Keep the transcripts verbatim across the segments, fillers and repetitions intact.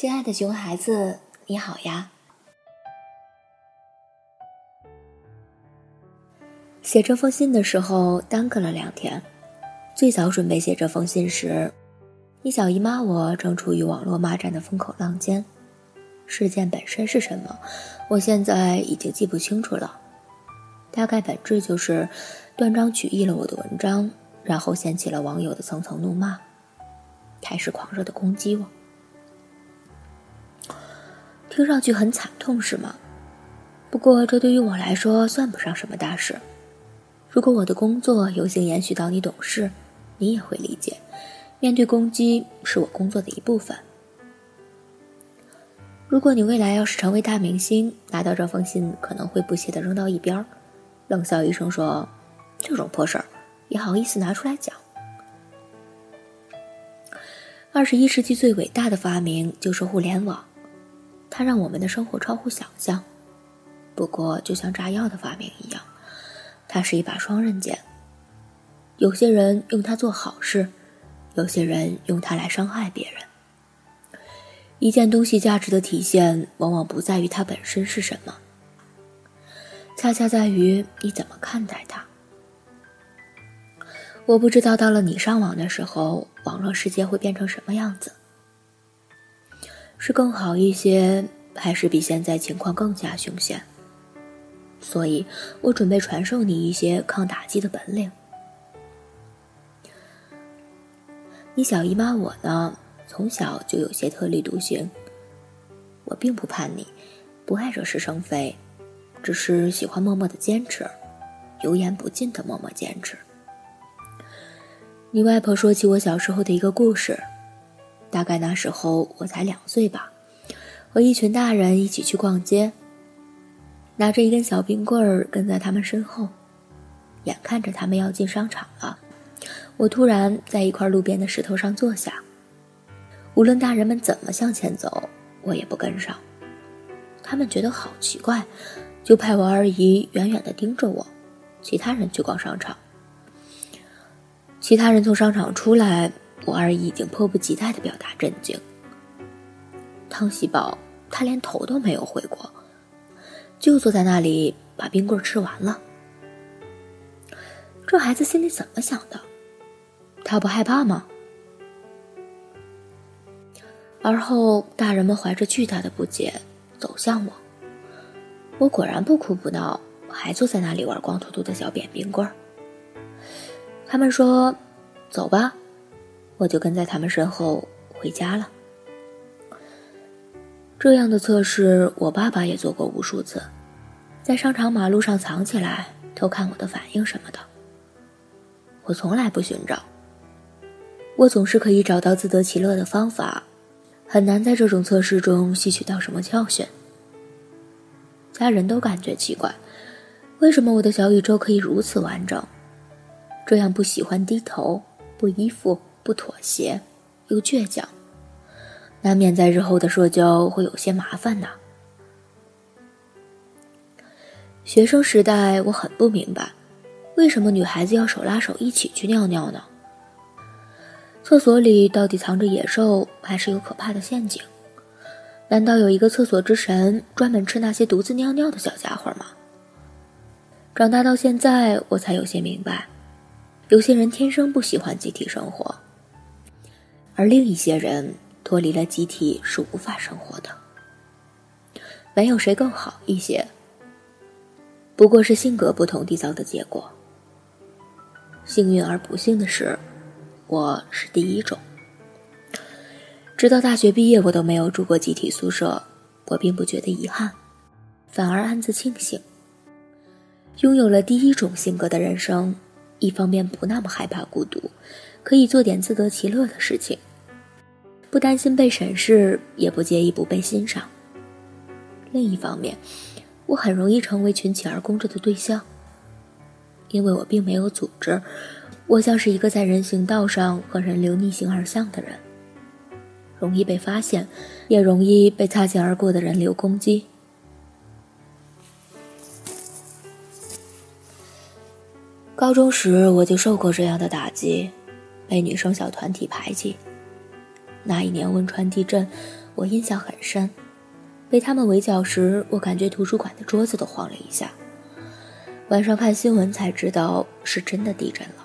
亲爱的熊孩子，你好呀。写这封信的时候耽搁了两天。最早准备写这封信时，你小姨妈我正处于网络骂战的风口浪尖。事件本身是什么，我现在已经记不清楚了。大概本质就是断章取义了我的文章，然后掀起了网友的层层怒骂，开始狂热的攻击我。听上去很惨痛是吗？不过这对于我来说算不上什么大事。如果我的工作有幸延续到你懂事，你也会理解，面对攻击是我工作的一部分。如果你未来要是成为大明星，拿到这封信可能会不屑地扔到一边，冷笑一声说，这种破事儿也好意思拿出来讲。二十一世纪最伟大的发明就是互联网，它让我们的生活超乎想象。不过就像炸药的发明一样，它是一把双刃剑。有些人用它做好事，有些人用它来伤害别人。一件东西价值的体现往往不在于它本身是什么，恰恰在于你怎么看待它。我不知道到了你上网的时候，网络世界会变成什么样子，是更好一些，还是比现在情况更加凶险？所以我准备传授你一些抗打击的本领。你小姨妈我呢，从小就有些特立独行。我并不叛逆，不爱惹是生非，只是喜欢默默的坚持，油盐不进的默默坚持。你外婆说起我小时候的一个故事，大概那时候我才两岁吧，和一群大人一起去逛街，拿着一根小冰棍儿跟在他们身后，眼看着他们要进商场了，我突然在一块路边的石头上坐下。无论大人们怎么向前走，我也不跟上。他们觉得好奇怪，就派我二姨远远地盯着我，其他人去逛商场。其他人从商场出来，我二姨已经迫不及待地表达震惊。汤喜宝他连头都没有回过，就坐在那里把冰棍吃完了。这孩子心里怎么想的？他不害怕吗？而后大人们怀着巨大的不解走向我，我果然不哭不闹，还坐在那里玩光秃秃的小扁冰棍儿。他们说走吧，我就跟在他们身后回家了。这样的测试我爸爸也做过无数次，在商场马路上藏起来偷看我的反应什么的。我从来不寻找，我总是可以找到自得其乐的方法，很难在这种测试中吸取到什么教训。家人都感觉奇怪，为什么我的小宇宙可以如此完整，这样不喜欢低头，不依附，不妥协，又倔强，难免在日后的社交会有些麻烦呐。学生时代我很不明白，为什么女孩子要手拉手一起去尿尿呢？厕所里到底藏着野兽，还是有可怕的陷阱？难道有一个厕所之神专门吃那些独自尿尿的小家伙吗？长大到现在，我才有些明白，有些人天生不喜欢集体生活，而另一些人脱离了集体是无法生活的。没有谁更好一些，不过是性格不同缔造的结果。幸运而不幸的是，我是第一种。直到大学毕业，我都没有住过集体宿舍，我并不觉得遗憾，反而暗自庆幸。拥有了第一种性格的人生，一方面不那么害怕孤独，可以做点自得其乐的事情，不担心被审视，也不介意不被欣赏。另一方面，我很容易成为群起而攻之的对象，因为我并没有组织，我像是一个在人行道上和人流逆行而向的人，容易被发现，也容易被擦肩而过的人流攻击。高中时我就受过这样的打击，被女生小团体排挤。那一年汶川地震， 我印象很深，被他们围剿时，我感觉图书馆的桌子都晃了一下。晚上看新闻才知道是真的地震了。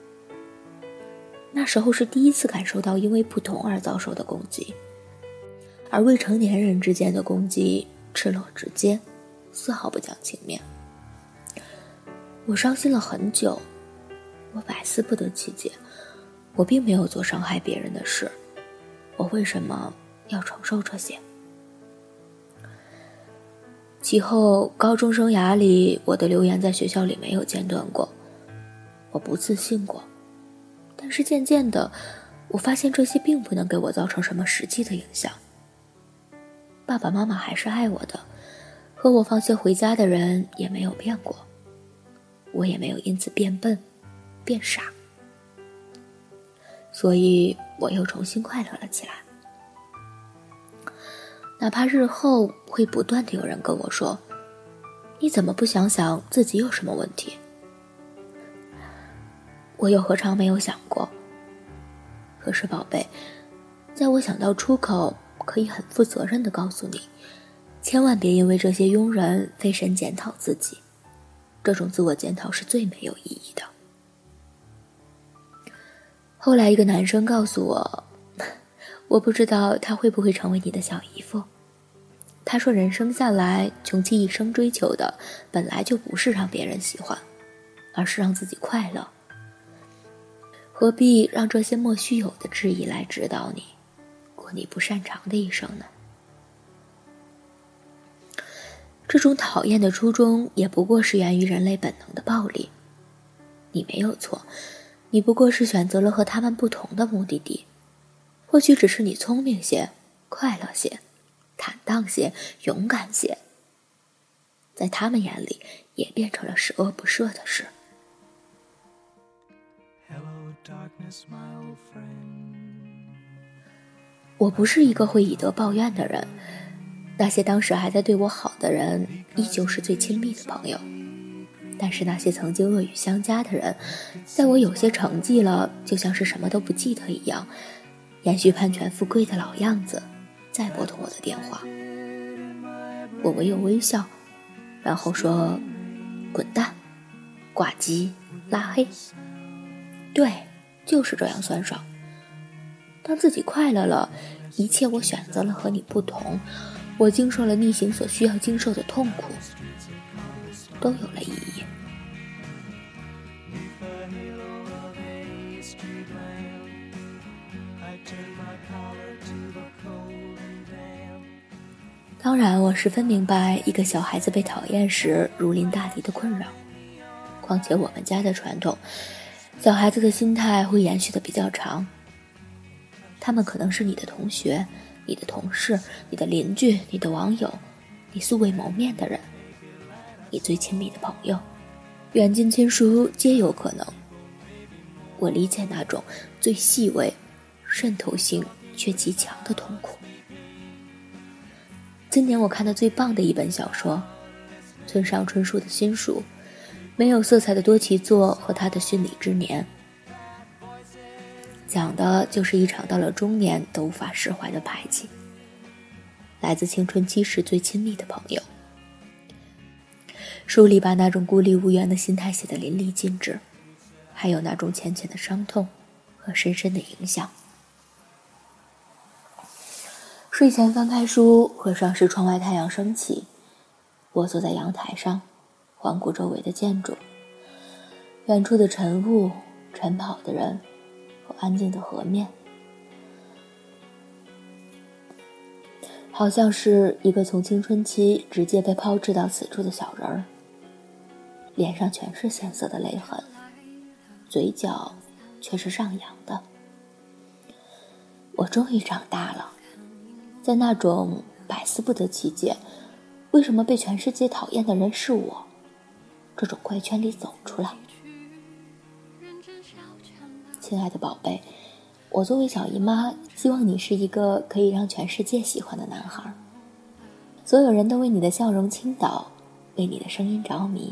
那时候是第一次感受到因为不同而遭受的攻击，而未成年人之间的攻击赤裸直接，丝毫不讲情面。我伤心了很久，我百思不得其解，我并没有做伤害别人的事，我为什么要承受这些？其后高中生涯里，我的留言在学校里没有间断过，我不自信过，但是渐渐的，我发现这些并不能给我造成什么实际的影响。爸爸妈妈还是爱我的，和我放学回家的人也没有变过，我也没有因此变笨变傻，所以我又重新快乐了起来。哪怕日后会不断的有人跟我说，你怎么不想想自己有什么问题？我又何尝没有想过？可是宝贝，在我想到出口可以很负责任地告诉你，千万别因为这些庸人费神检讨自己，这种自我检讨是最没有意义的。后来一个男生告诉我，我不知道他会不会成为你的小姨夫。他说人生下来穷其一生追求的本来就不是让别人喜欢，而是让自己快乐，何必让这些莫须有的质疑来指导你过你不擅长的一生呢？这种讨厌的初衷也不过是源于人类本能的暴力。你没有错，你不过是选择了和他们不同的目的地，或许只是你聪明些，快乐些，坦荡些，勇敢些，在他们眼里也变成了十恶不赦的事。我不是一个会以德报怨的人，那些当时还在对我好的人依旧是最亲密的朋友，但是那些曾经恶语相加的人，在我有些成绩了就像是什么都不记得一样，延续攀权富贵的老样子，再拨通我的电话。我唯有微笑，然后说滚蛋，挂机，拉黑。对，就是这样酸爽。当自己快乐了，一切我选择了和你不同，我经受了逆行所需要经受的痛苦，都有了意义。当然，我十分明白一个小孩子被讨厌时如临大敌的困扰，况且我们家的传统，小孩子的心态会延续的比较长。他们可能是你的同学，你的同事，你的邻居，你的网友，你素未谋面的人，你最亲密的朋友，远近亲疏皆有可能。我理解那种最细微、渗透性却极强的痛苦。今年我看的最棒的一本小说，村上春树的新书，没有色彩的多崎作和他的训礼之年，讲的就是一场到了中年都无法释怀的排挤，来自青春期时最亲密的朋友。书里把那种孤立无援的心态写得淋漓尽致，还有那种浅浅的伤痛和深深的影响。睡前翻开书，合上时窗外太阳升起，我坐在阳台上，环顾周围的建筑，远处的晨雾，晨跑的人和安静的河面，好像是一个从青春期直接被抛掷到此处的小人儿，脸上全是鲜色的泪痕，嘴角却是上扬的。我终于长大了，在那种百思不得其解，为什么被全世界讨厌的人是我，这种怪圈里走出来。亲爱的宝贝，我作为小姨妈，希望你是一个可以让全世界喜欢的男孩，所有人都为你的笑容倾倒，为你的声音着迷。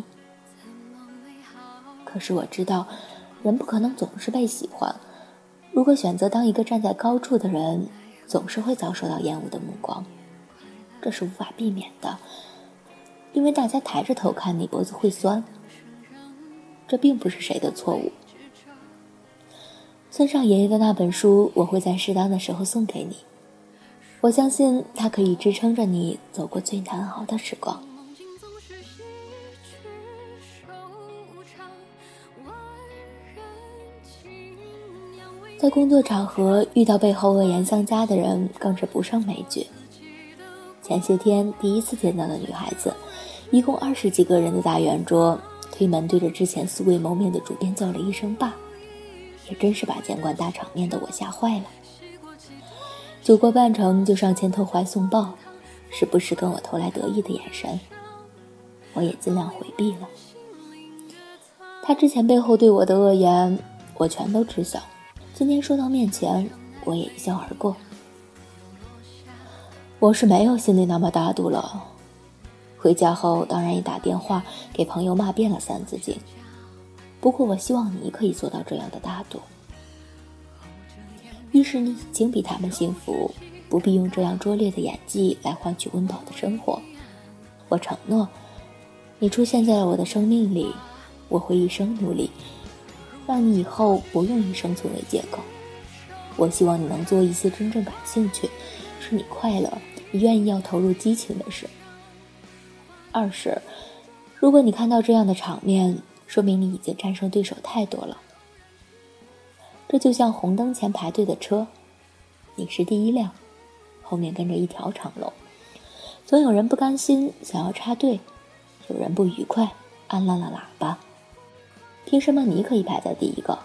可是我知道，人不可能总是被喜欢，如果选择当一个站在高处的人， 总是会遭受到厌恶的目光，这是无法避免的，因为大家抬着头看你，脖子会酸。这并不是谁的错误。村上爷爷的那本书，我会在适当的时候送给你，我相信它可以支撑着你走过最难熬的时光。在工作场合遇到背后恶言相加的人，更是不胜枚举。前些天第一次见到的女孩子，一共二十几个人的大圆桌，推门对着之前素未谋面的主编叫了一声爸，也真是把见惯大场面的我吓坏了。酒过半程就上前投怀送抱，时不时跟我投来得意的眼神，我也尽量回避了。他之前背后对我的恶言，我全都知晓，今天说到面前，我也一笑而过。我是没有心里那么大度了，回家后当然也打电话给朋友骂遍了三字经，不过我希望你可以做到这样的大度。一是你已经比他们幸福，不必用这样拙劣的演技来换取温饱的生活。我承诺，你出现在了我的生命里，我会一生努力，让你以后不用以生存为借口。我希望你能做一些真正感兴趣，是你快乐，你愿意要投入激情的事。二是，如果你看到这样的场面，说明你已经战胜对手太多了。这就像红灯前排队的车，你是第一辆，后面跟着一条长龙，总有人不甘心想要插队，有人不愉快按烂了喇叭，凭什么你可以排在第一个？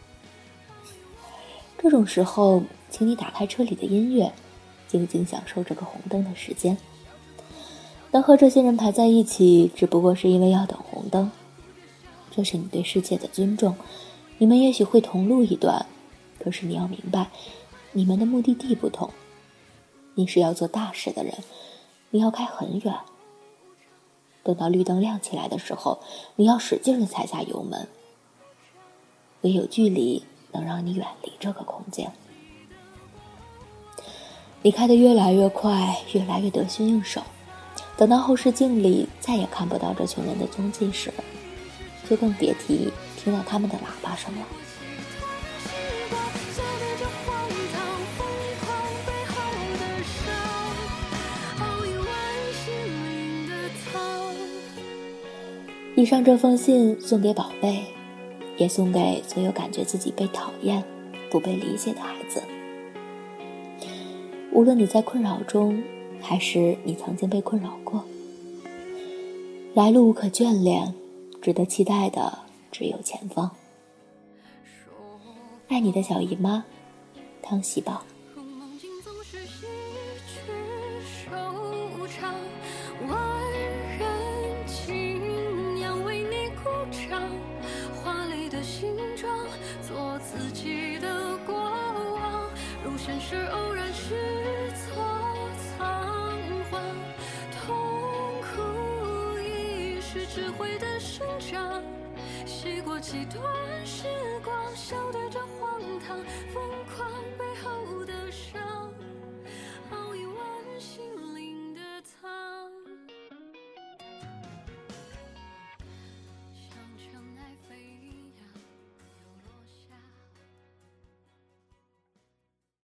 这种时候，请你打开车里的音乐，静静享受这个红灯的时间。能和这些人排在一起，只不过是因为要等红灯，这是你对世界的尊重。你们也许会同路一段，可是你要明白，你们的目的地不同。你是要做大事的人，你要开很远。等到绿灯亮起来的时候，你要使劲地踩下油门。唯有距离能让你远离这个空间。你开得越来越快，越来越得心应手，等到后视镜里再也看不到这群人的踪迹时，就更别提听到他们的喇叭声了。以上这封信送给宝贝，也送给所有感觉自己被讨厌、不被理解的孩子。无论你在困扰中，还是你曾经被困扰过，来路无可眷恋，值得期待的只有前方。爱你的小姨妈，汤喜宝。 做自己的国王，如现实偶然是错仓皇，痛苦已是智慧的生长，洗过几段时光，笑对着荒唐，疯狂